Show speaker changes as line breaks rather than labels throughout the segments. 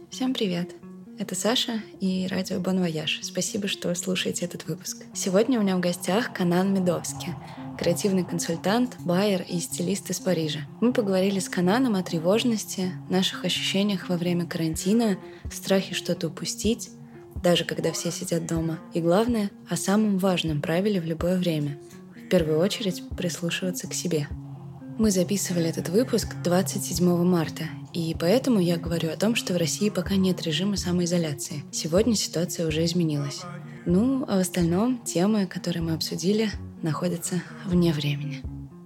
Всем привет! Это Саша и радио Bon Voyage. Спасибо, что слушаете этот выпуск. Сегодня у меня в гостях Канан Медовски, креативный консультант, байер и стилист из Парижа. Мы поговорили с Кананом о тревожности, наших ощущениях во время карантина, страхе что-то упустить, даже когда все сидят дома. И главное, о самом важном правиле в любое время. В первую очередь прислушиваться к себе. Мы записывали этот выпуск 27 марта, и поэтому я говорю о том, что в России пока нет режима самоизоляции. Сегодня ситуация уже изменилась. А в остальном темы, которые мы обсудили, находятся вне времени.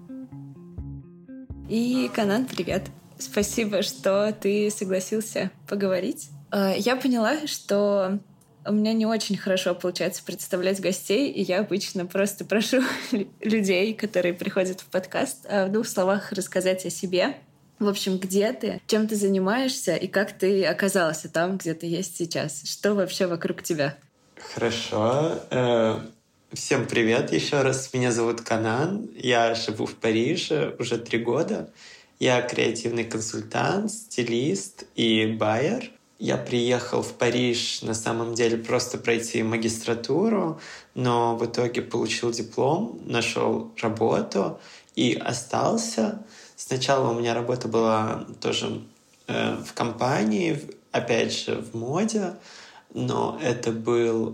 И, Канан, привет! Спасибо, что ты согласился поговорить. Я поняла, что у меня не очень хорошо получается представлять гостей, и я обычно просто прошу людей, которые приходят в подкаст, в 2 словах рассказать о себе. В общем, где ты, чем ты занимаешься и как ты оказался там, где ты есть сейчас. Что вообще вокруг тебя?
Хорошо. Всем привет еще раз. Меня зовут Канан. Я живу в Париже уже 3 года. Я креативный консультант, стилист и байер. Я приехал в Париж на самом деле просто пройти магистратуру, но в итоге получил диплом, нашел работу и остался. Сначала у меня работа была тоже в компании, опять же в моде, но это был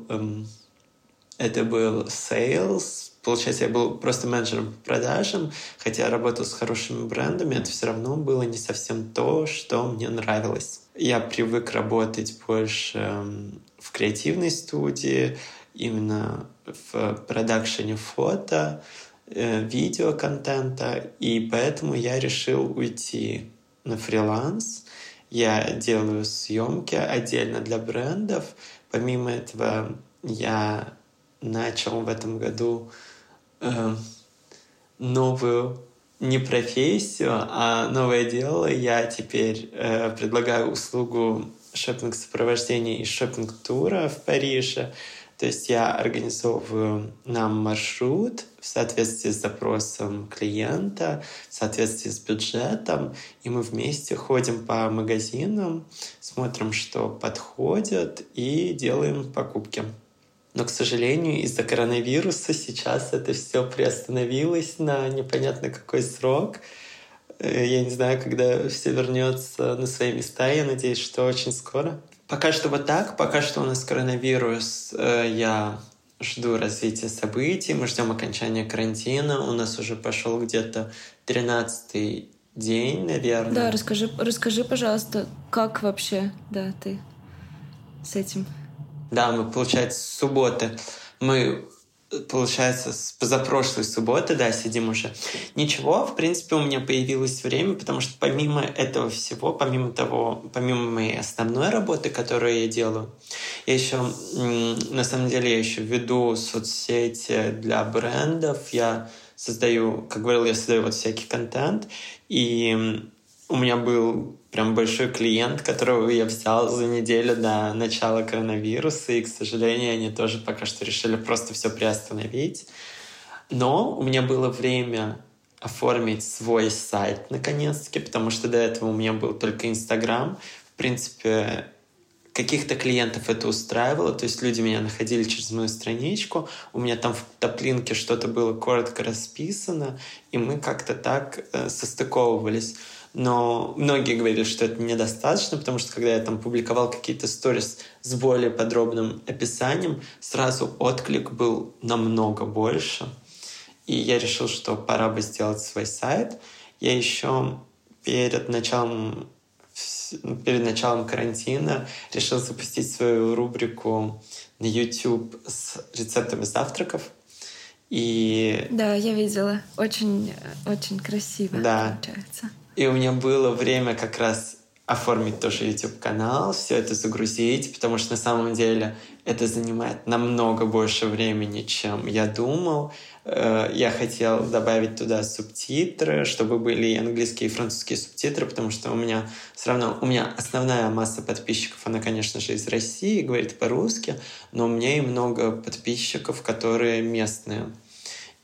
sales. Получается, я был просто менеджером по продажам, хотя я работал с хорошими брендами, это все равно было не совсем то, что мне нравилось. Я привык работать больше в креативной студии, именно в продакшене фото, видеоконтента, и поэтому я решил уйти на фриланс. Я делаю съемки отдельно для брендов. Помимо этого, я начал в этом году новую не профессию, а новое дело. Я теперь предлагаю услугу шопинг-сопровождения и шопинг-тура в Париже. То есть я организовываю нам маршрут в соответствии с запросом клиента, в соответствии с бюджетом, и мы вместе ходим по магазинам, смотрим, что подходит, и делаем покупки. Но, к сожалению, из-за коронавируса сейчас это все приостановилось на непонятно какой срок. Я не знаю, когда все вернется на свои места. Я надеюсь, что очень скоро. Пока что вот так. Пока что у нас коронавирус. Я жду развития событий. Мы ждем окончания карантина. У нас уже пошел где-то 13-й день, наверное.
Да, расскажи, пожалуйста, как вообще, ты с этим?
Да, получается, с субботы. Получается, с позапрошлой субботы, сидим уже. Ничего, в принципе, у меня появилось время, потому что помимо этого всего, помимо моей основной работы, которую я делаю, на самом деле, я еще веду соцсети для брендов. Я создаю, как говорил, вот всякий контент. И у меня был прям большой клиент, которого я взял за неделю до начала коронавируса, и, к сожалению, они тоже пока что решили просто все приостановить. Но у меня было время оформить свой сайт, наконец-таки, потому что до этого у меня был только Инстаграм. В принципе, каких-то клиентов это устраивало, то есть люди меня находили через мою страничку, у меня там в топлинке что-то было коротко расписано, и мы как-то так состыковывались. Но многие говорили, что это недостаточно, потому что когда я там публиковал какие-то сторис с более подробным описанием, сразу отклик был намного больше. И я решил, что пора бы сделать свой сайт. Я еще перед началом карантина решил запустить свою рубрику на YouTube с рецептами завтраков.
Да, я видела. Очень, очень красиво получается.
И у меня было время как раз оформить тоже YouTube-канал, все это загрузить, потому что на самом деле это занимает намного больше времени, чем я думал. Я хотел добавить туда субтитры, чтобы были и английские, и французские субтитры, потому что у меня основная масса подписчиков, она, конечно же, из России, говорит по-русски, но у меня и много подписчиков, которые местные.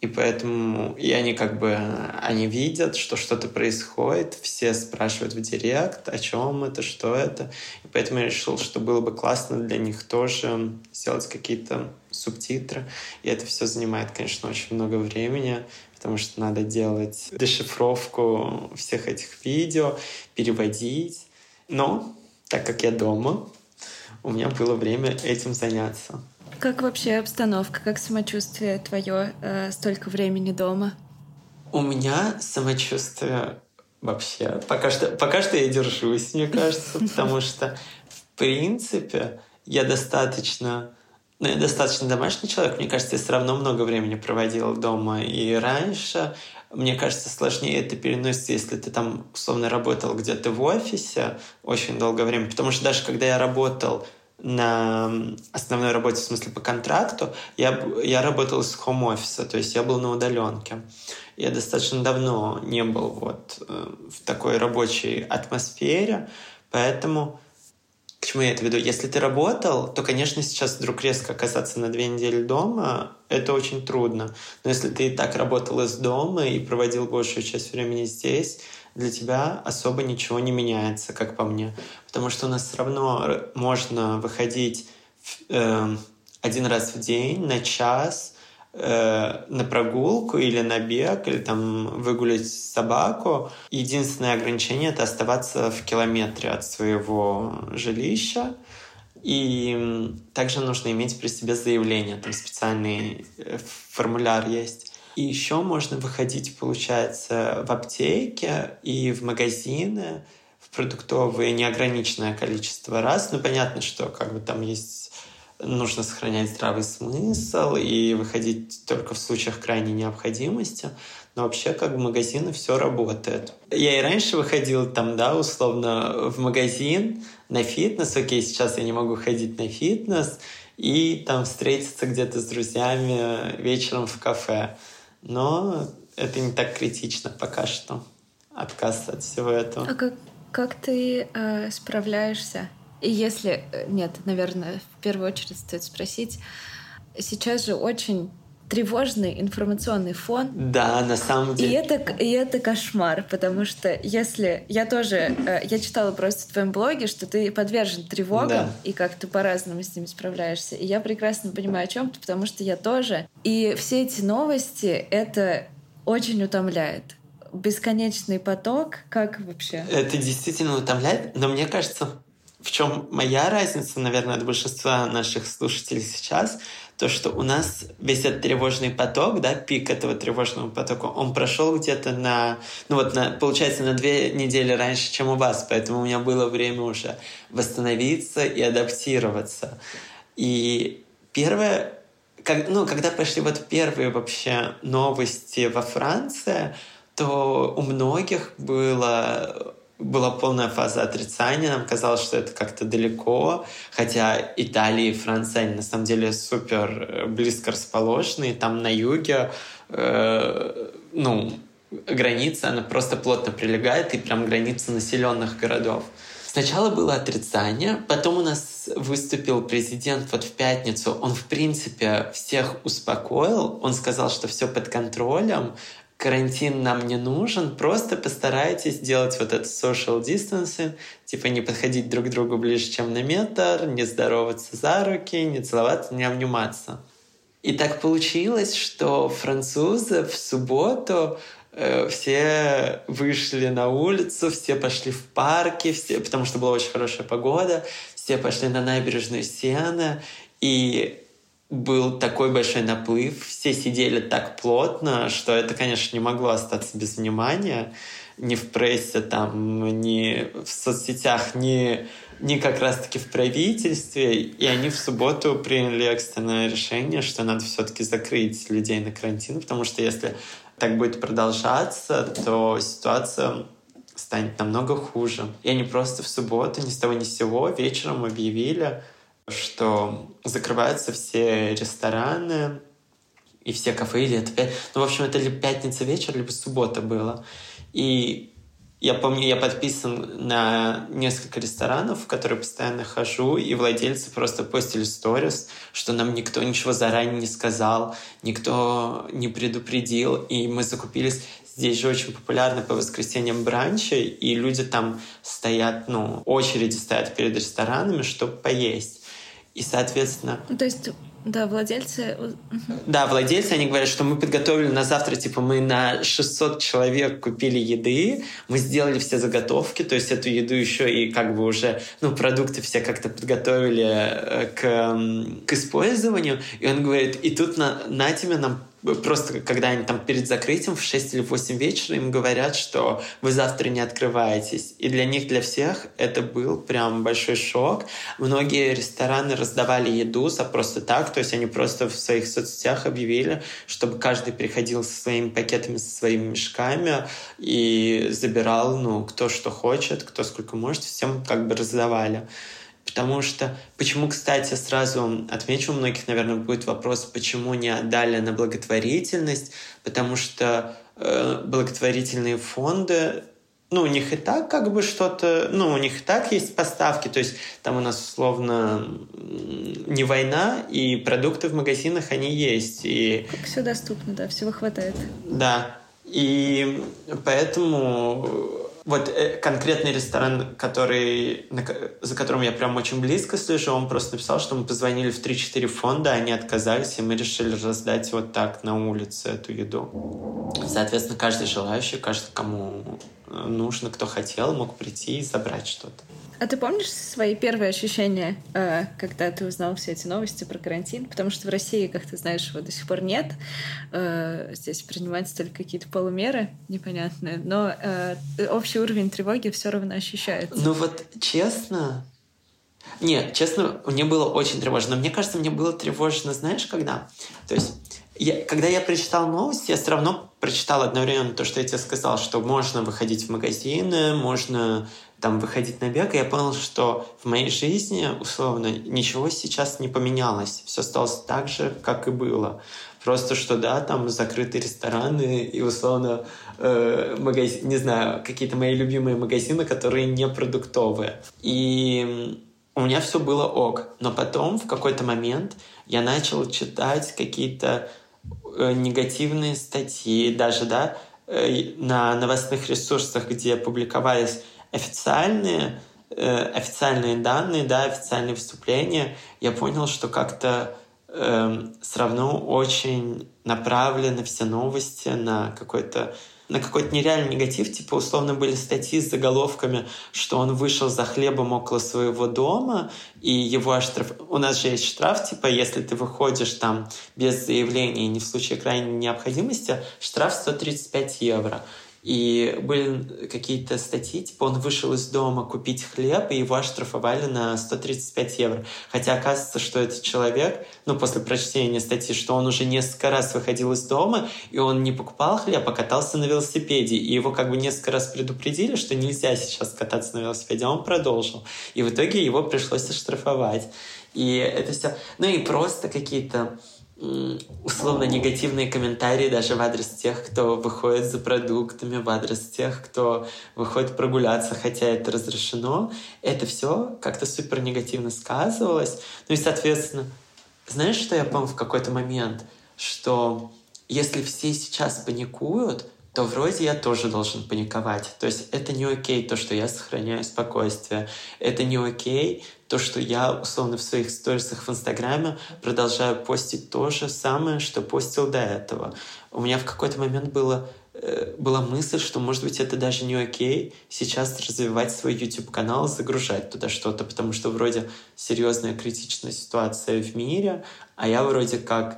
И поэтому и они они видят, что что-то происходит, все спрашивают в директ, о чем это, что это. И поэтому я решил, что было бы классно для них тоже сделать какие-то субтитры. И это все занимает, конечно, очень много времени, потому что надо делать дешифровку всех этих видео, переводить. Но так как я дома, у меня было время этим заняться.
Как вообще обстановка, как самочувствие твое столько времени дома?
У меня самочувствие вообще... Пока что я держусь, мне кажется, потому что, в принципе, я достаточно домашний человек. Мне кажется, я все равно много времени проводила дома. И раньше, мне кажется, сложнее это переносится, если ты там условно работал где-то в офисе очень долгое время. Потому что даже когда я работал на основной работе, в смысле по контракту, я работал из хоум-офиса, то есть я был на удаленке. Я достаточно давно не был в такой рабочей атмосфере, поэтому к чему я это веду? Если ты работал, то, конечно, сейчас вдруг резко оказаться на 2 недели дома — это очень трудно. Но если ты и так работал из дома и проводил большую часть времени здесь, для тебя особо ничего не меняется, как по мне. Потому что у нас все равно можно выходить 1 раз в день на час на прогулку или на бег, или там выгулять собаку. Единственное ограничение — это оставаться в километре от своего жилища. И также нужно иметь при себе заявление. Там специальный формуляр есть. И еще можно выходить, получается, в аптеки и в магазины, в продуктовые неограниченное количество раз. Ну, понятно, что там есть... Нужно сохранять здравый смысл и выходить только в случаях крайней необходимости. Но вообще, в магазины все работает. Я и раньше выходил условно, в магазин на фитнес. Окей, сейчас я не могу ходить на фитнес. И там встретиться где-то с друзьями вечером в кафе. Но это не так критично пока что. Отказ от всего этого.
А как ты справляешься? И если... Нет, наверное, в первую очередь стоит спросить. Сейчас же очень тревожный информационный фон.
Да, на самом деле.
И это кошмар, потому что если... Я читала просто в твоем блоге, что ты подвержен тревогам, да, и как ты по-разному с ними справляешься. И я прекрасно понимаю, о чем ты, потому что я тоже. И все эти новости, это очень утомляет. Бесконечный поток, как вообще?
Это действительно утомляет, но мне кажется... В чем моя разница, наверное, от большинства наших слушателей сейчас, то, что у нас весь этот тревожный поток, да, пик этого тревожного потока, он прошел где-то получается, на 2 недели раньше, чем у вас, поэтому у меня было время уже восстановиться и адаптироваться. И первое, когда пошли первые вообще новости во Франции, то у многих была полная фаза отрицания. Нам казалось, что это как-то далеко. Хотя Италия и Франция, они на самом деле супер близко расположены. И там на юге граница, она просто плотно прилегает, и прям граница населенных городов. Сначала было отрицание, потом у нас выступил президент в пятницу. Он, в принципе, всех успокоил. Он сказал, что все под контролем, карантин нам не нужен, просто постарайтесь делать этот social distancing, не подходить друг к другу ближе, чем на метр, не здороваться за руки, не целоваться, не обниматься. И так получилось, что французы в субботу все вышли на улицу, все пошли в парки, потому что была очень хорошая погода, все пошли на набережную Сены, и был такой большой наплыв, все сидели так плотно, что это, конечно, не могло остаться без внимания. Ни в прессе, ни в соцсетях, ни как раз-таки в правительстве. И они в субботу приняли экстренное решение, что надо все-таки закрыть людей на карантин, потому что если так будет продолжаться, то ситуация станет намного хуже. И они просто в субботу ни с того ни с сего вечером объявили, что закрываются все рестораны и все кафе, или это в общем, это либо пятница вечер, либо суббота было. И Я помню, я подписан на несколько ресторанов, в которые постоянно хожу, и владельцы просто постили сторис, что нам никто ничего заранее не сказал, никто не предупредил, и мы закупились. Здесь же очень популярны по воскресеньям бранчи, и люди там стоят, очереди стоят перед ресторанами, чтобы поесть. И, соответственно...
То есть... Да, владельцы...
Да, владельцы, они говорят, что мы подготовили на завтра, мы на 600 человек купили еды, мы сделали все заготовки, то есть эту еду еще и уже, продукты все как-то подготовили к использованию. И он говорит, и тут на тебе нам просто, когда они там перед закрытием в 6 или 8 вечера им говорят, что вы завтра не открываетесь. И для них, для всех это был прям большой шок. Многие рестораны раздавали еду за просто так, то есть они просто в своих соцсетях объявили, чтобы каждый приходил со своими пакетами, со своими мешками и забирал, кто что хочет, кто сколько может, всем раздавали. Потому что... Почему, кстати, сразу отмечу, у многих, наверное, будет вопрос, почему не отдали на благотворительность, потому что благотворительные фонды, у них и так что-то... у них и так есть поставки, то есть там у нас условно не война, и продукты в магазинах, они есть. И...
Все доступно, да, всего хватает.
Да, и поэтому... конкретный ресторан, за которым я прям очень близко слежу, он просто написал, что мы позвонили в 3-4 фонда, они отказались, и мы решили раздать вот так на улице эту еду. Соответственно, каждый желающий, каждый, кому нужно, кто хотел, мог прийти и забрать что-то.
А ты помнишь свои первые ощущения, когда ты узнал все эти новости про карантин? Потому что в России, как ты знаешь, его до сих пор нет. Здесь принимаются только какие-то полумеры непонятные. Но общий уровень тревоги все равно ощущается.
Честно... Нет, честно, мне было очень тревожно. Но мне кажется, мне было тревожно, знаешь, когда? То есть, когда я прочитал новости, я все равно прочитал одновременно то, что я тебе сказал, что можно выходить в магазины, можно... выходить на бег, и я понял, что в моей жизни, условно, ничего сейчас не поменялось. Все осталось так же, как и было. Просто что, там закрыты рестораны и, условно, не знаю, какие-то мои любимые магазины, которые не продуктовые. И у меня все было ок. Но потом, в какой-то момент, я начал читать какие-то негативные статьи, даже, на новостных ресурсах, где публиковались официальные данные, официальные выступления, я понял, что как-то все равно очень направлены все новости на какой-то нереальный негатив. Условно, были статьи с заголовками, что он вышел за хлебом около своего дома, и его у нас же есть штраф, если ты выходишь без заявления, не в случае крайней необходимости, штраф 135 евро. И были какие-то статьи, он вышел из дома купить хлеб, и его оштрафовали на 135 евро. Хотя оказывается, что этот человек, после прочтения статьи, что он уже несколько раз выходил из дома, и он не покупал хлеб, а катался на велосипеде. И его несколько раз предупредили, что нельзя сейчас кататься на велосипеде, а он продолжил. И в итоге его пришлось оштрафовать. И это все... и просто какие-то... условно негативные комментарии даже в адрес тех, кто выходит за продуктами, в адрес тех, кто выходит прогуляться, хотя это разрешено, это все как-то супер негативно сказывалось. И, соответственно, знаешь, что я помню в какой-то момент? Что если все сейчас паникуют, то вроде я тоже должен паниковать. То есть это не окей, то, что я сохраняю спокойствие. Это не окей, то, что я, условно, в своих сторисах в Инстаграме продолжаю постить то же самое, что постил до этого. У меня в какой-то момент была мысль, что, может быть, это даже не окей сейчас развивать свой YouTube-канал, загружать туда что-то, потому что вроде серьезная критичная ситуация в мире, а я вроде как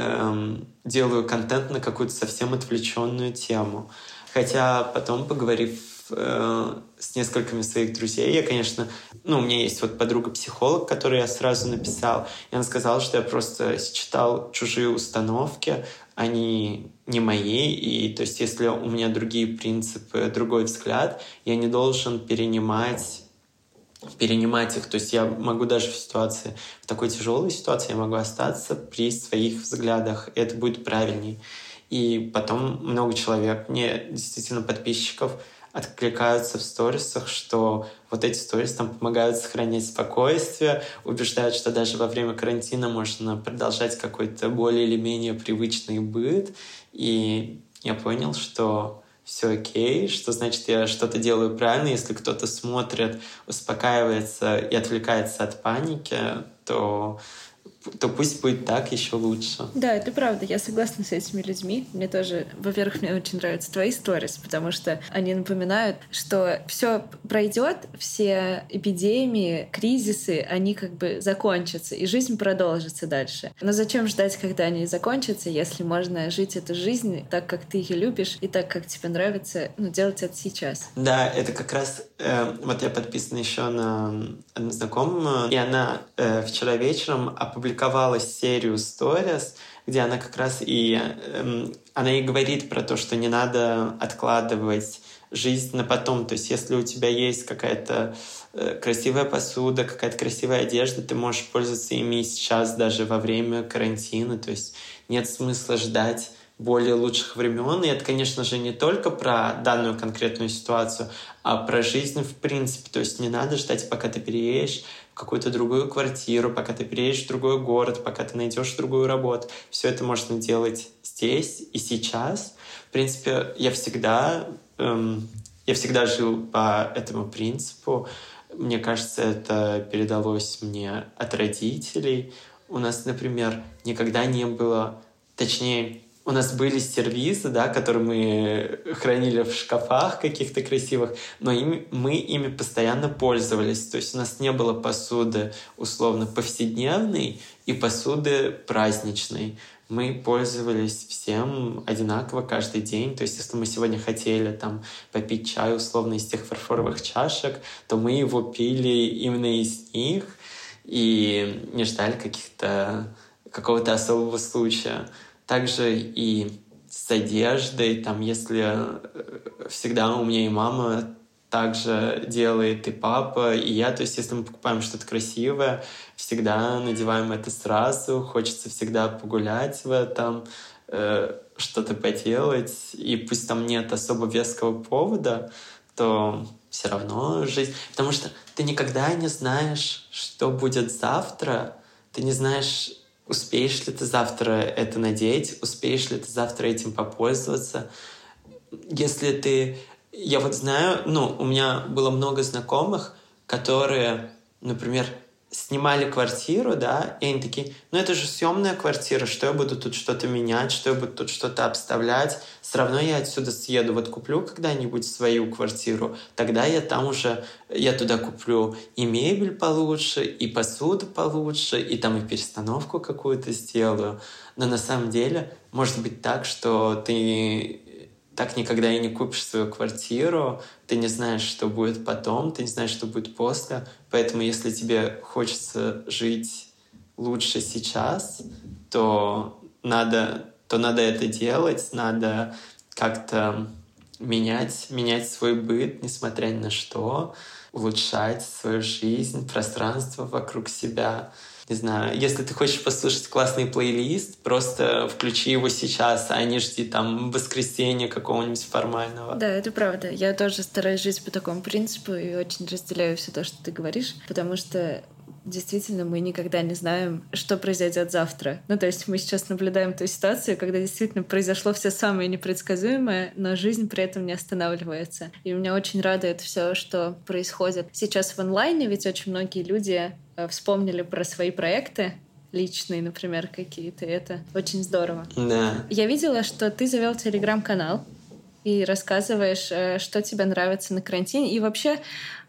делаю контент на какую-то совсем отвлеченную тему. Хотя потом, поговорив с несколькими своих друзей, я, конечно... у меня есть подруга-психолог, которой я сразу написал, и она сказала, что я просто читал чужие установки, они не мои, и то есть если у меня другие принципы, другой взгляд, я не должен перенимать их. То есть я могу даже в такой тяжелой ситуации, я могу остаться при своих взглядах, и это будет правильней. И потом много человек, мне действительно подписчиков, откликаются в сторисах, что вот эти сторис там помогают сохранять спокойствие, убеждают, что даже во время карантина можно продолжать какой-то более или менее привычный быт. И я понял, что все окей, что значит я что-то делаю правильно. Если кто-то смотрит, успокаивается и отвлекается от паники, то пусть будет так, еще лучше.
Да, это правда. Я согласна с этими людьми. Мне тоже, во-первых, мне очень нравятся твои сторис, потому что они напоминают, что все пройдет, все эпидемии, кризисы, они как бы закончатся, и жизнь продолжится дальше. Но зачем ждать, когда они закончатся, если можно жить эту жизнь так, как ты ее любишь, и так, как тебе нравится, делать это сейчас?
Да, это как раз... вот я подписан еще на одну знакомую, и она вчера вечером опубликовала серию сторис, где она как раз она и говорит про то, что не надо откладывать жизнь на потом. То есть если у тебя есть какая-то красивая посуда, какая-то красивая одежда, ты можешь пользоваться ими сейчас, даже во время карантина. То есть нет смысла ждать более лучших времен. И это, конечно же, не только про данную конкретную ситуацию, а про жизнь в принципе. То есть не надо ждать, пока ты переедешь в какую-то другую квартиру, пока ты переедешь в другой город, пока ты найдешь другую работу. Все это можно делать здесь и сейчас. В принципе, я всегда жил по этому принципу. Мне кажется, это передалось мне от родителей. У нас, например, никогда не было... Точнее, у нас были сервизы, да, которые мы хранили в шкафах каких-то красивых, но мы ими постоянно пользовались. То есть у нас не было посуды условно повседневной и посуды праздничной. Мы пользовались всем одинаково каждый день. То есть если мы сегодня хотели там попить чай условно из тех фарфоровых чашек, то мы его пили именно из них и не ждали какого-то особого случая. Также и с одеждой, там, если всегда у меня и мама также делает, и папа, и я. То есть если мы покупаем что-то красивое, всегда надеваем это сразу, хочется всегда погулять в этом, что-то поделать, и пусть там нет особо веского повода, то все равно жизнь... Потому что ты никогда не знаешь, что будет завтра, ты не знаешь... Успеешь ли ты завтра это надеть? Успеешь ли ты завтра этим попользоваться? Если ты... Я вот знаю, у меня было много знакомых, которые, например, снимали квартиру, да, и они такие, это же съемная квартира, что я буду тут что-то менять, что я буду тут что-то обставлять, все равно я отсюда съеду, вот куплю когда-нибудь свою квартиру, тогда я туда куплю и мебель получше, и посуду получше, и там и перестановку какую-то сделаю. Но на самом деле может быть так, что ты так никогда и не купишь свою квартиру, ты не знаешь, что будет потом, ты не знаешь, что будет после. Поэтому если тебе хочется жить лучше сейчас, то надо это делать, надо как-то менять свой быт, несмотря ни на что, улучшать свою жизнь, пространство вокруг себя. Не знаю, если ты хочешь послушать классный плейлист, просто включи его сейчас, а не жди там воскресенья какого-нибудь формального.
Да, это правда. Я тоже стараюсь жить по такому принципу и очень разделяю все то, что ты говоришь, потому что действительно мы никогда не знаем, что произойдет завтра. То есть мы сейчас наблюдаем ту ситуацию, когда действительно произошло все самое непредсказуемое, но жизнь при этом не останавливается. И меня очень радует все, что происходит сейчас в онлайне, ведь очень многие люди вспомнили про свои проекты личные, например, какие-то. И это очень здорово.
Да.
Я видела, что ты завел телеграм-канал и рассказываешь, что тебе нравится на карантине. И вообще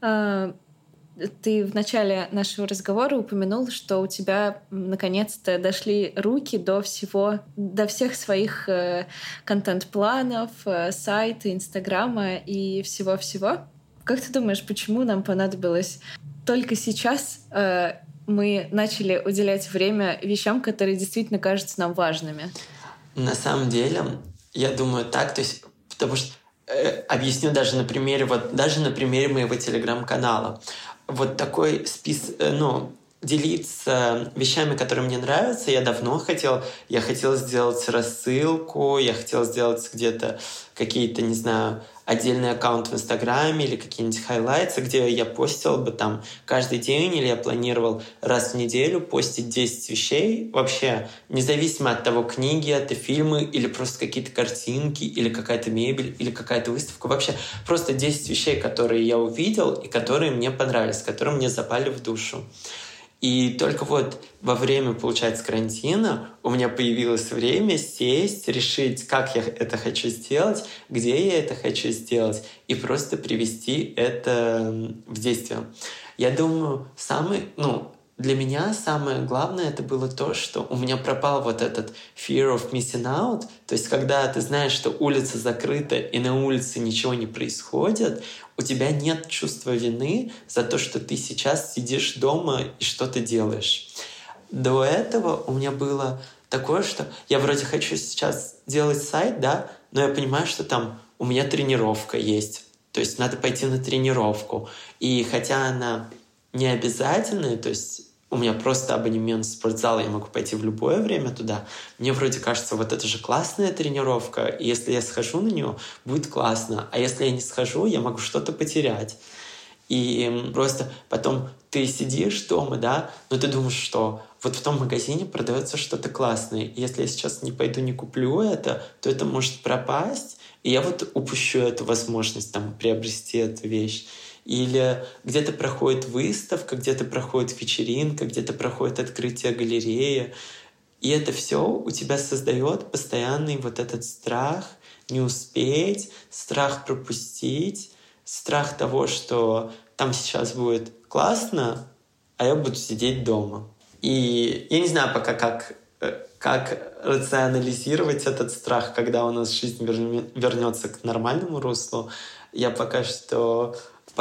ты в начале нашего разговора упомянул, что у тебя наконец-то дошли руки до всех своих контент-планов, сайта, Инстаграма и всего-всего. Как ты думаешь, почему нам понадобилось только сейчас мы начали уделять время вещам, которые действительно кажутся нам важными?
На самом деле, я думаю так, то есть, потому что объясню даже на примере моего телеграм-канала. Вот такой делиться вещами, которые мне нравятся, я давно хотел. Я хотел сделать рассылку, я хотел сделать где-то какие-то, не знаю, отдельный аккаунт в Инстаграме или какие-нибудь хайлайтсы, где я постил бы там каждый день, или я планировал раз в неделю постить 10 вещей. Вообще, независимо от того, книги это, фильмы, или просто какие-то картинки, или какая-то мебель, или какая-то выставка. Вообще, просто 10 вещей, которые я увидел и которые мне понравились, которые мне запали в душу. И только вот во время, получается, карантина у меня появилось время сесть, решить, как я это хочу сделать, где я это хочу сделать, и просто привести это в действие. Я думаю, для меня самое главное это было то, что у меня пропал вот этот fear of missing out. То есть, когда ты знаешь, что улица закрыта и на улице ничего не происходит, у тебя нет чувства вины за то, что ты сейчас сидишь дома и что-то делаешь. До этого у меня было такое, что я вроде хочу сейчас делать сайт, да, но я понимаю, что там у меня тренировка есть. То есть надо пойти на тренировку. И хотя она не обязательная, то есть у меня просто абонемент в спортзал, я могу пойти в любое время туда. Мне вроде кажется, вот это же классная тренировка, и если я схожу на нее, будет классно. А если я не схожу, я могу что-то потерять. И просто потом ты сидишь дома, да, но ты думаешь, что вот в том магазине продается что-то классное. И если я сейчас не пойду, не куплю это, то это может пропасть, и я вот упущу эту возможность там приобрести эту вещь. Или где-то проходит выставка, где-то проходит вечеринка, где-то проходит открытие галереи. И это все у тебя создает постоянный вот этот страх не успеть, страх пропустить, страх того, что там сейчас будет классно, а я буду сидеть дома. И я не знаю пока, как рационализировать этот страх, когда у нас жизнь вернется к нормальному руслу. Я пока что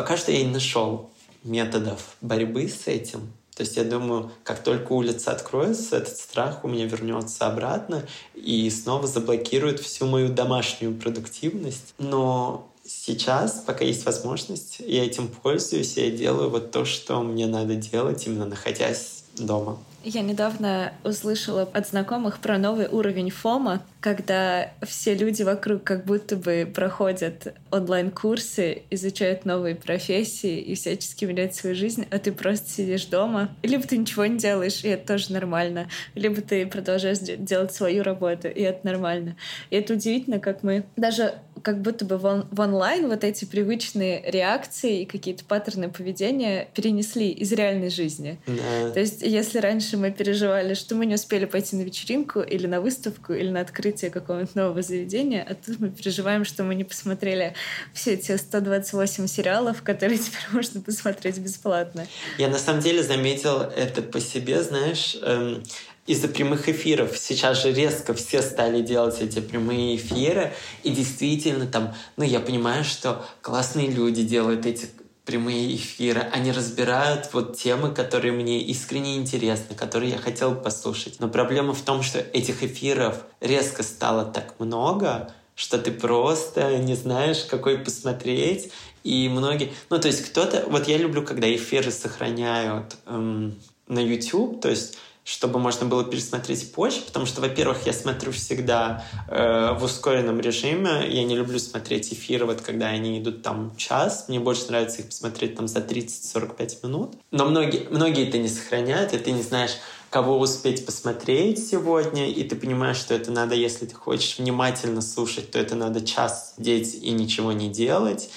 я не нашел методов борьбы с этим. То есть я думаю, как только улица откроется, этот страх у меня вернется обратно и снова заблокирует всю мою домашнюю продуктивность. Но сейчас, пока есть возможность, я этим пользуюсь, и я делаю вот то, что мне надо делать, именно находясь дома.
Я недавно услышала от знакомых про новый уровень ФОМа, когда все люди вокруг как будто бы проходят онлайн-курсы, изучают новые профессии и всячески меняют свою жизнь, а ты просто сидишь дома. Либо ты ничего не делаешь, и это тоже нормально, либо ты продолжаешь делать свою работу, и это нормально. И это удивительно, как мы даже как будто бы в онлайн вот эти привычные реакции и какие-то паттерны поведения перенесли из реальной жизни.
Да.
То есть если раньше мы переживали, что мы не успели пойти на вечеринку или на выставку, или на открытие какого-нибудь нового заведения, а тут мы переживаем, что мы не посмотрели все эти 128 сериалов, которые теперь можно посмотреть бесплатно.
Я на самом деле заметил это по себе, знаешь, из-за прямых эфиров. Сейчас же резко все стали делать эти прямые эфиры, и действительно там, я понимаю, что классные люди делают эти прямые эфиры, они разбирают вот темы, которые мне искренне интересны, которые я хотел послушать. Но проблема в том, что этих эфиров резко стало так много, что ты просто не знаешь, какой посмотреть. И многие... то есть кто-то... Вот я люблю, когда эфиры сохраняют на YouTube, то есть чтобы можно было пересмотреть позже, потому что, во-первых, я смотрю всегда в ускоренном режиме. Я не люблю смотреть эфиры, вот когда они идут там час. Мне больше нравится их посмотреть там за 30-45 минут. Но многие это не сохраняют, и ты не знаешь, кого успеть посмотреть сегодня, и ты понимаешь, что это надо, если ты хочешь внимательно слушать, то это надо час сидеть и ничего не делать.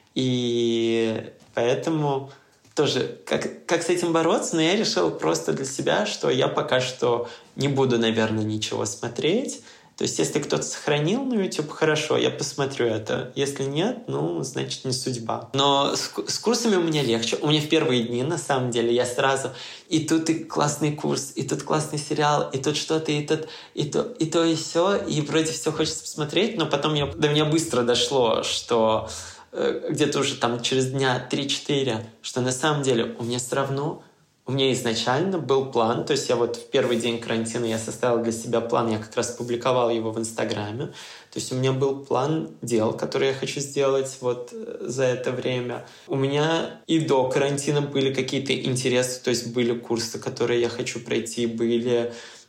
И поэтому... тоже, как с этим бороться, но я решил просто для себя, что я пока что не буду, наверное, ничего смотреть. То есть, если кто-то сохранил на YouTube, хорошо, я посмотрю это. Если нет, значит, не судьба. Но с курсами у меня легче. У меня в первые дни, на самом деле, я сразу... И тут и классный курс, и тут классный сериал, и тут что-то, и то, и сё. И вроде все хочется посмотреть, но потом до меня быстро дошло, что... где-то уже там через дня 3-4, что на самом деле у меня изначально был план, то есть я вот в первый день карантина я составил для себя план, я как раз публиковал его в Инстаграме, то есть у меня был план дел, которые я хочу сделать вот за это время. У меня и до карантина были какие-то интересы, то есть были курсы, которые я хочу пройти, были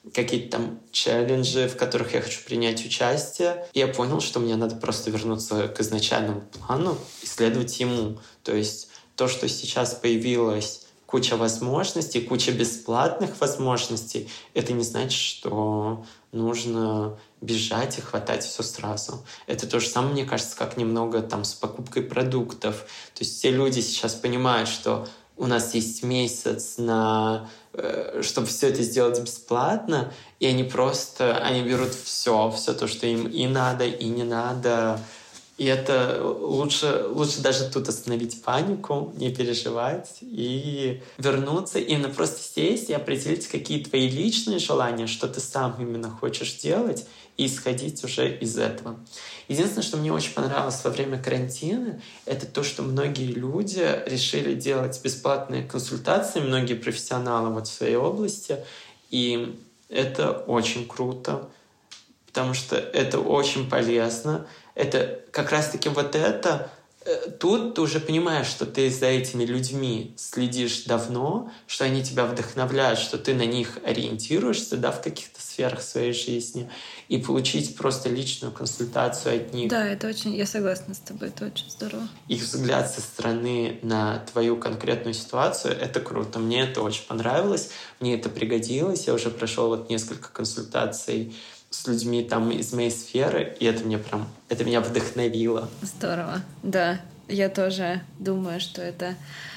какие-то там челленджи, в которых я хочу принять участие. И я понял, что мне надо просто вернуться к изначальному плану и следовать ему. То есть то, что сейчас появилось куча возможностей, куча бесплатных возможностей, это не значит, что нужно бежать и хватать все сразу. Это то же самое, мне кажется, как немного там с покупкой продуктов. То есть все люди сейчас понимают, что у нас есть месяц на чтобы все это сделать бесплатно, и они берут все то, что им и надо, и не надо. И это лучше даже тут остановить панику, не переживать и вернуться, именно просто сесть и определить, какие твои личные желания, что ты сам именно хочешь делать, и исходить уже из этого. Единственное, что мне очень понравилось во время карантина, это то, что многие люди решили делать бесплатные консультации, многие профессионалы вот в своей области, и это очень круто, потому что это очень полезно. Это как раз-таки вот это... Тут ты уже понимаешь, что ты за этими людьми следишь давно, что они тебя вдохновляют, что ты на них ориентируешься, да, в каких-то сферах своей жизни, и получить просто личную консультацию от них.
Да, это очень... Я согласна с тобой, это очень здорово.
Их взгляд со стороны на твою конкретную ситуацию — это круто. Мне это очень понравилось, мне это пригодилось. Я уже прошел вот несколько консультаций с людьми там из моей сферы, и это меня вдохновило.
Здорово, да. Я тоже думаю, что это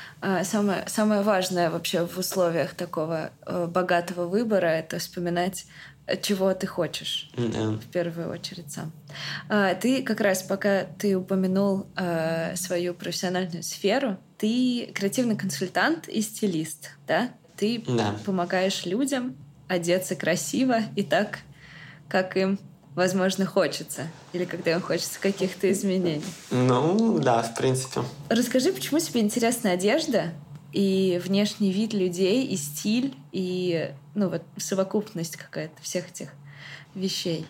самое важное вообще в условиях такого богатого выбора — это вспоминать, чего ты хочешь, в первую очередь сам. Ты как раз, пока ты упомянул свою профессиональную сферу, ты креативный консультант и стилист, да? Ты помогаешь людям одеться красиво и так, как им, возможно, хочется. Или когда им хочется каких-то изменений.
Ну, да, в принципе.
Расскажи, почему тебе интересна одежда и внешний вид людей, и стиль, и вот совокупность какая-то всех этих вещей?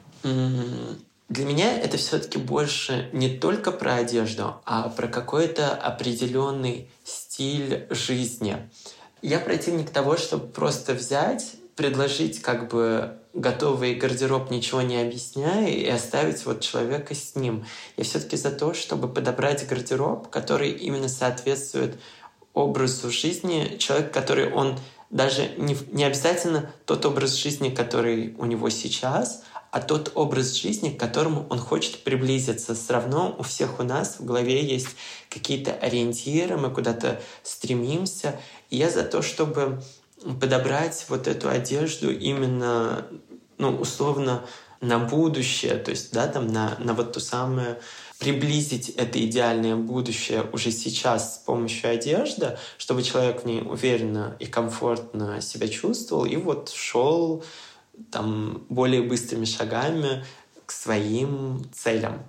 Для меня это все-таки больше не только про одежду, а про какой-то определенный стиль жизни. Я противник того, чтобы просто взять, предложить как бы готовый гардероб, ничего не объясняя, и оставить вот человека с ним. Я все-таки за то, чтобы подобрать гардероб, который именно соответствует образу жизни человека, который он даже не обязательно тот образ жизни, который у него сейчас, а тот образ жизни, к которому он хочет приблизиться. Все равно у всех у нас в голове есть какие-то ориентиры, мы куда-то стремимся. И я за то, чтобы подобрать вот эту одежду именно, условно, на будущее, то есть, да, там, на вот ту самую, приблизить это идеальное будущее уже сейчас с помощью одежды, чтобы человек в ней уверенно и комфортно себя чувствовал и вот шел там более быстрыми шагами к своим целям.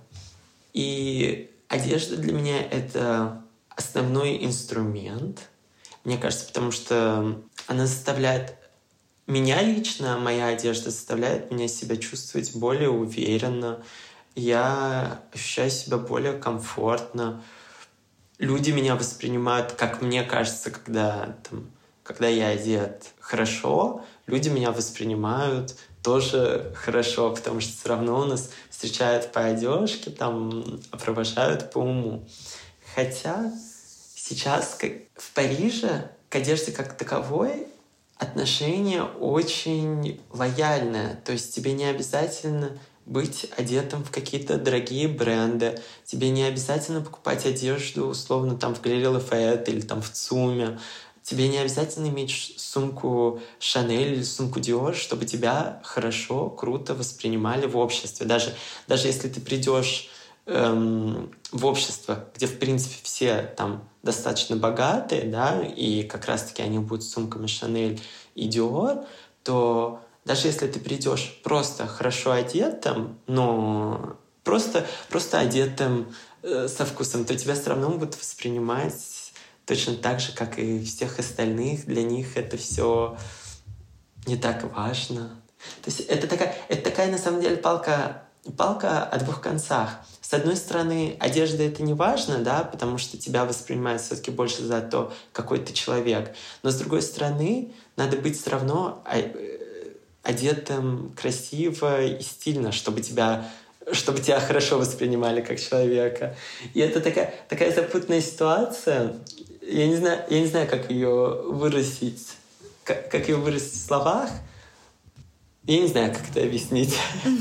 И одежда для меня — это основной инструмент, мне кажется, потому что она заставляет меня лично, моя одежда заставляет меня себя чувствовать более уверенно. Я ощущаю себя более комфортно. Люди меня воспринимают, как мне кажется, когда я одет хорошо, люди меня воспринимают тоже хорошо, потому что все равно у нас встречают по одежке, провожают по уму. Хотя сейчас в Париже к одежде как таковой отношение очень лояльное. То есть тебе не обязательно быть одетым в какие-то дорогие бренды. Тебе не обязательно покупать одежду условно в галерее Лафайет или в ЦУМе. Тебе не обязательно иметь сумку Шанель или сумку Диор, чтобы тебя хорошо, круто воспринимали в обществе. Даже если ты придешь в общество, где, в принципе, все достаточно богатые, да, и как раз-таки они будут с сумками Шанель и Диор, то даже если ты придешь просто хорошо одетым, но просто одетым со вкусом, то тебя все равно будут воспринимать точно так же, как и всех остальных. Для них это все не так важно. То есть это такая на самом деле палка о двух концах. С одной стороны, одежда — это не важно, да, потому что тебя воспринимают все-таки больше за то, какой ты человек. Но с другой стороны, надо быть все равно одетым красиво и стильно, чтобы тебя хорошо воспринимали как человека. И это такая запутанная ситуация. Я не знаю, как ее выразить. Как ее выразить в словах. Я не знаю, как это объяснить.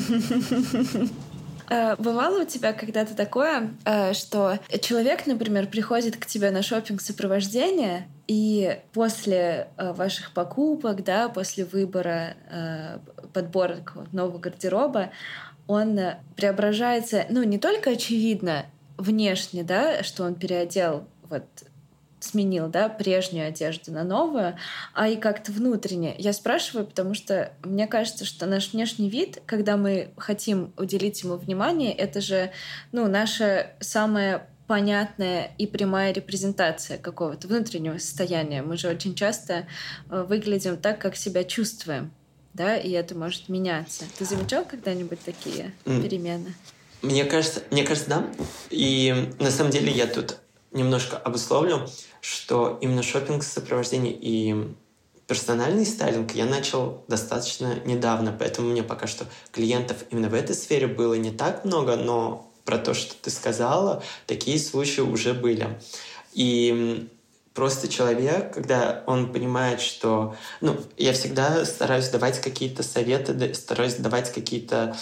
Бывало у тебя когда-то такое, что человек, например, приходит к тебе на шопинг-сопровождение, и после ваших покупок, да, после выбора, подбора нового гардероба, он преображается, не только очевидно внешне, да, что он переодел, сменил, да, прежнюю одежду на новую, а и как-то внутренне. Я спрашиваю, потому что мне кажется, что наш внешний вид, когда мы хотим уделить ему внимание, это же, наша самая понятная и прямая репрезентация какого-то внутреннего состояния. Мы же очень часто выглядим так, как себя чувствуем, да, и это может меняться. Ты замечал когда-нибудь такие перемены?
Мне кажется, да. И на самом деле я тут немножко обусловлю, что именно шопинг-сопровождение и персональный стайлинг я начал достаточно недавно, поэтому мне пока что клиентов именно в этой сфере было не так много, но про то, что ты сказала, такие случаи уже были. И просто человек, когда он понимает, что... я всегда стараюсь давать какие-то советы, стараюсь давать какие-то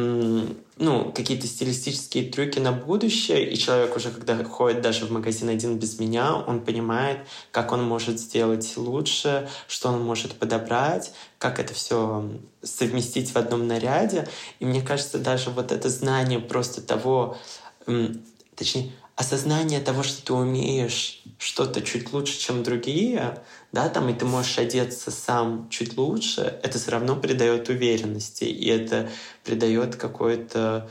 стилистические трюки на будущее, и человек уже, когда ходит даже в магазин один без меня, он понимает, как он может сделать лучше, что он может подобрать, как это все совместить в одном наряде. И мне кажется, даже это знание просто того... Точнее, осознание того, что ты умеешь что-то чуть лучше, чем другие, да, и ты можешь одеться сам чуть лучше, это все равно придает уверенности, и это придает какое-то...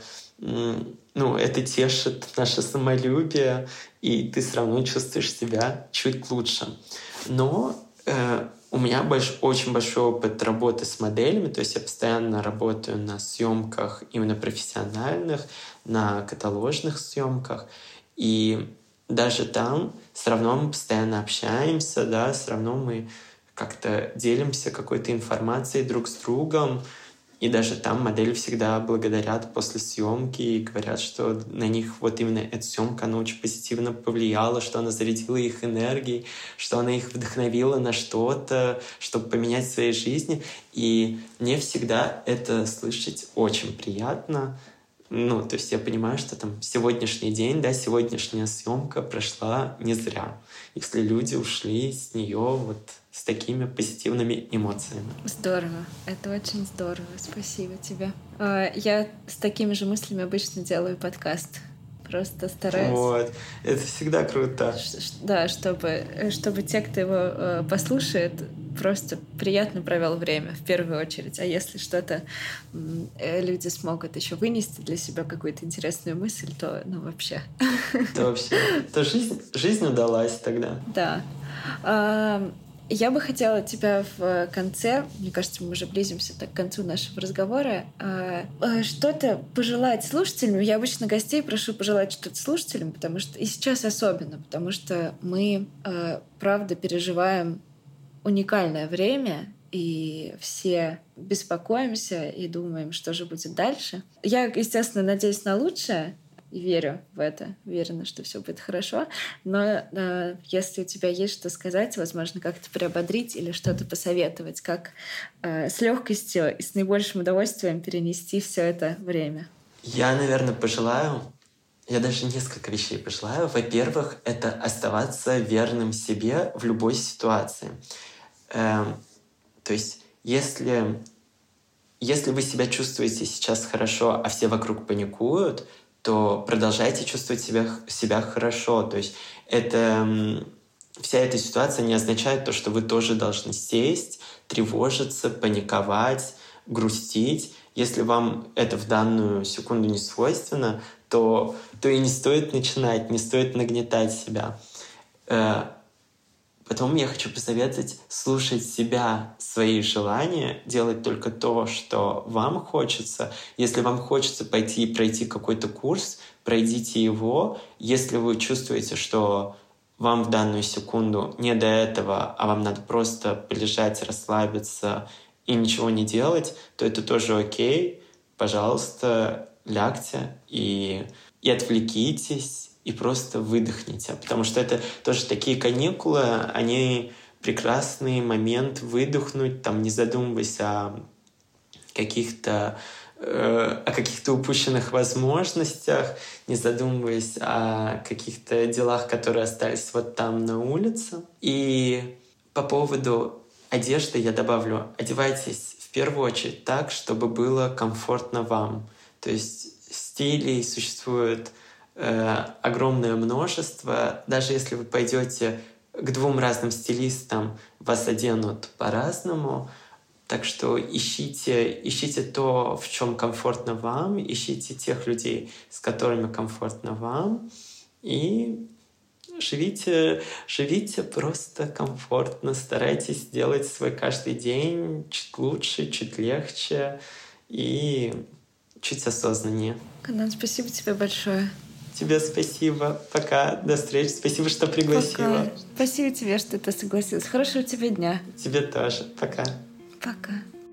это тешит наше самолюбие, и ты все равно чувствуешь себя чуть лучше. Но у меня очень большой опыт работы с моделями, то есть я постоянно работаю на съемках именно профессиональных, на каталожных съемках, и даже там все равно мы постоянно общаемся, да, все равно мы как-то делимся какой-то информацией друг с другом, и даже там модели всегда благодарят после съемки и говорят, что на них именно эта съемка, она очень позитивно повлияла, что она зарядила их энергией, что она их вдохновила на что-то, чтобы поменять в своей жизни. И мне всегда это слышать очень приятно. То есть я понимаю, что сегодняшний день, да, сегодняшняя съемка прошла не зря, если люди ушли с нее с такими позитивными эмоциями.
Здорово. Это очень здорово. Спасибо тебе. Я с такими же мыслями обычно делаю подкаст. Просто стараюсь...
Это всегда круто.
Да, чтобы те, кто его послушает, просто приятно провел время, в первую очередь. А если что-то люди смогут еще вынести для себя какую-то интересную мысль, то вообще.
То жизнь удалась тогда.
Да. Я бы хотела тебя в конце, мне кажется, мы уже близимся к концу нашего разговора, что-то пожелать слушателям. Я обычно гостей прошу пожелать что-то слушателям, потому что и сейчас особенно, потому что мы, правда, переживаем уникальное время, и все беспокоимся и думаем, что же будет дальше. Я, естественно, надеюсь на лучшее, и верю в это, уверена, что все будет хорошо. Но если у тебя есть что сказать, возможно, как-то приободрить или что-то посоветовать, как с легкостью и с наибольшим удовольствием перенести все это время.
Я, наверное, пожелаю, я даже несколько вещей пожелаю. Во-первых, это оставаться верным себе в любой ситуации. То есть, если вы себя чувствуете сейчас хорошо, а все вокруг паникуют, то продолжайте чувствовать себя хорошо. То есть вся эта ситуация не означает то, что вы тоже должны сесть, тревожиться, паниковать, грустить. Если вам это в данную секунду не свойственно, то и не стоит начинать, не стоит нагнетать себя. Потом я хочу посоветовать слушать себя, свои желания, делать только то, что вам хочется. Если вам хочется пойти и пройти какой-то курс, пройдите его. Если вы чувствуете, что вам в данную секунду не до этого, а вам надо просто полежать, расслабиться и ничего не делать, то это тоже окей. Пожалуйста, лягте и отвлекитесь, и просто выдохните. Потому что это тоже такие каникулы, они прекрасный момент выдохнуть, там, не задумываясь о каких-то упущенных возможностях, не задумываясь о каких-то делах, которые остались вот там на улице. И по поводу одежды я добавлю: одевайтесь в первую очередь так, чтобы было комфортно вам. То есть стилей существует огромное множество. Даже если вы пойдете к 2 разным стилистам, вас оденут по-разному. Так что ищите то, в чем комфортно вам, ищите тех людей, с которыми комфортно вам, и живите просто комфортно, старайтесь сделать свой каждый день чуть лучше, чуть легче и чуть осознаннее.
Канан, спасибо тебе большое.
Тебе спасибо. Пока. До встречи. Спасибо, что пригласила.
Пока. Спасибо тебе, что ты согласилась. Хорошего тебе дня.
Тебе тоже. Пока.
Пока.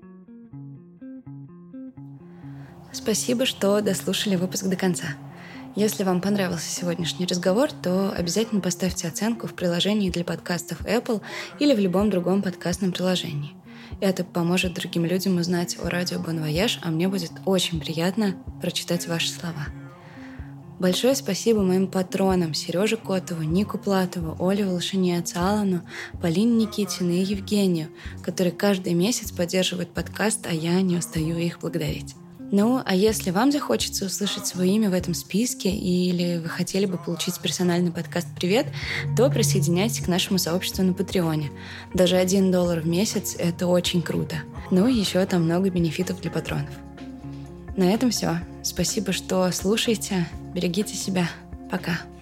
Спасибо, что дослушали выпуск до конца. Если вам понравился сегодняшний разговор, то обязательно поставьте оценку в приложении для подкастов Apple или в любом другом подкастном приложении. Это поможет другим людям узнать о радио Bon Voyage, а мне будет очень приятно прочитать ваши слова. Большое спасибо моим патронам Сереже Котову, Нику Платову, Оле Волшинец, Алану, Полине Никитиной и Евгению, которые каждый месяц поддерживают подкаст, а я не устаю их благодарить. Ну, а если вам захочется услышать свое имя в этом списке или вы хотели бы получить персональный подкаст «Привет», то присоединяйтесь к нашему сообществу на Патреоне. Даже $1 в месяц — это очень круто. Ну и еще там много бенефитов для патронов. На этом все. Спасибо, что слушаете. Берегите себя. Пока.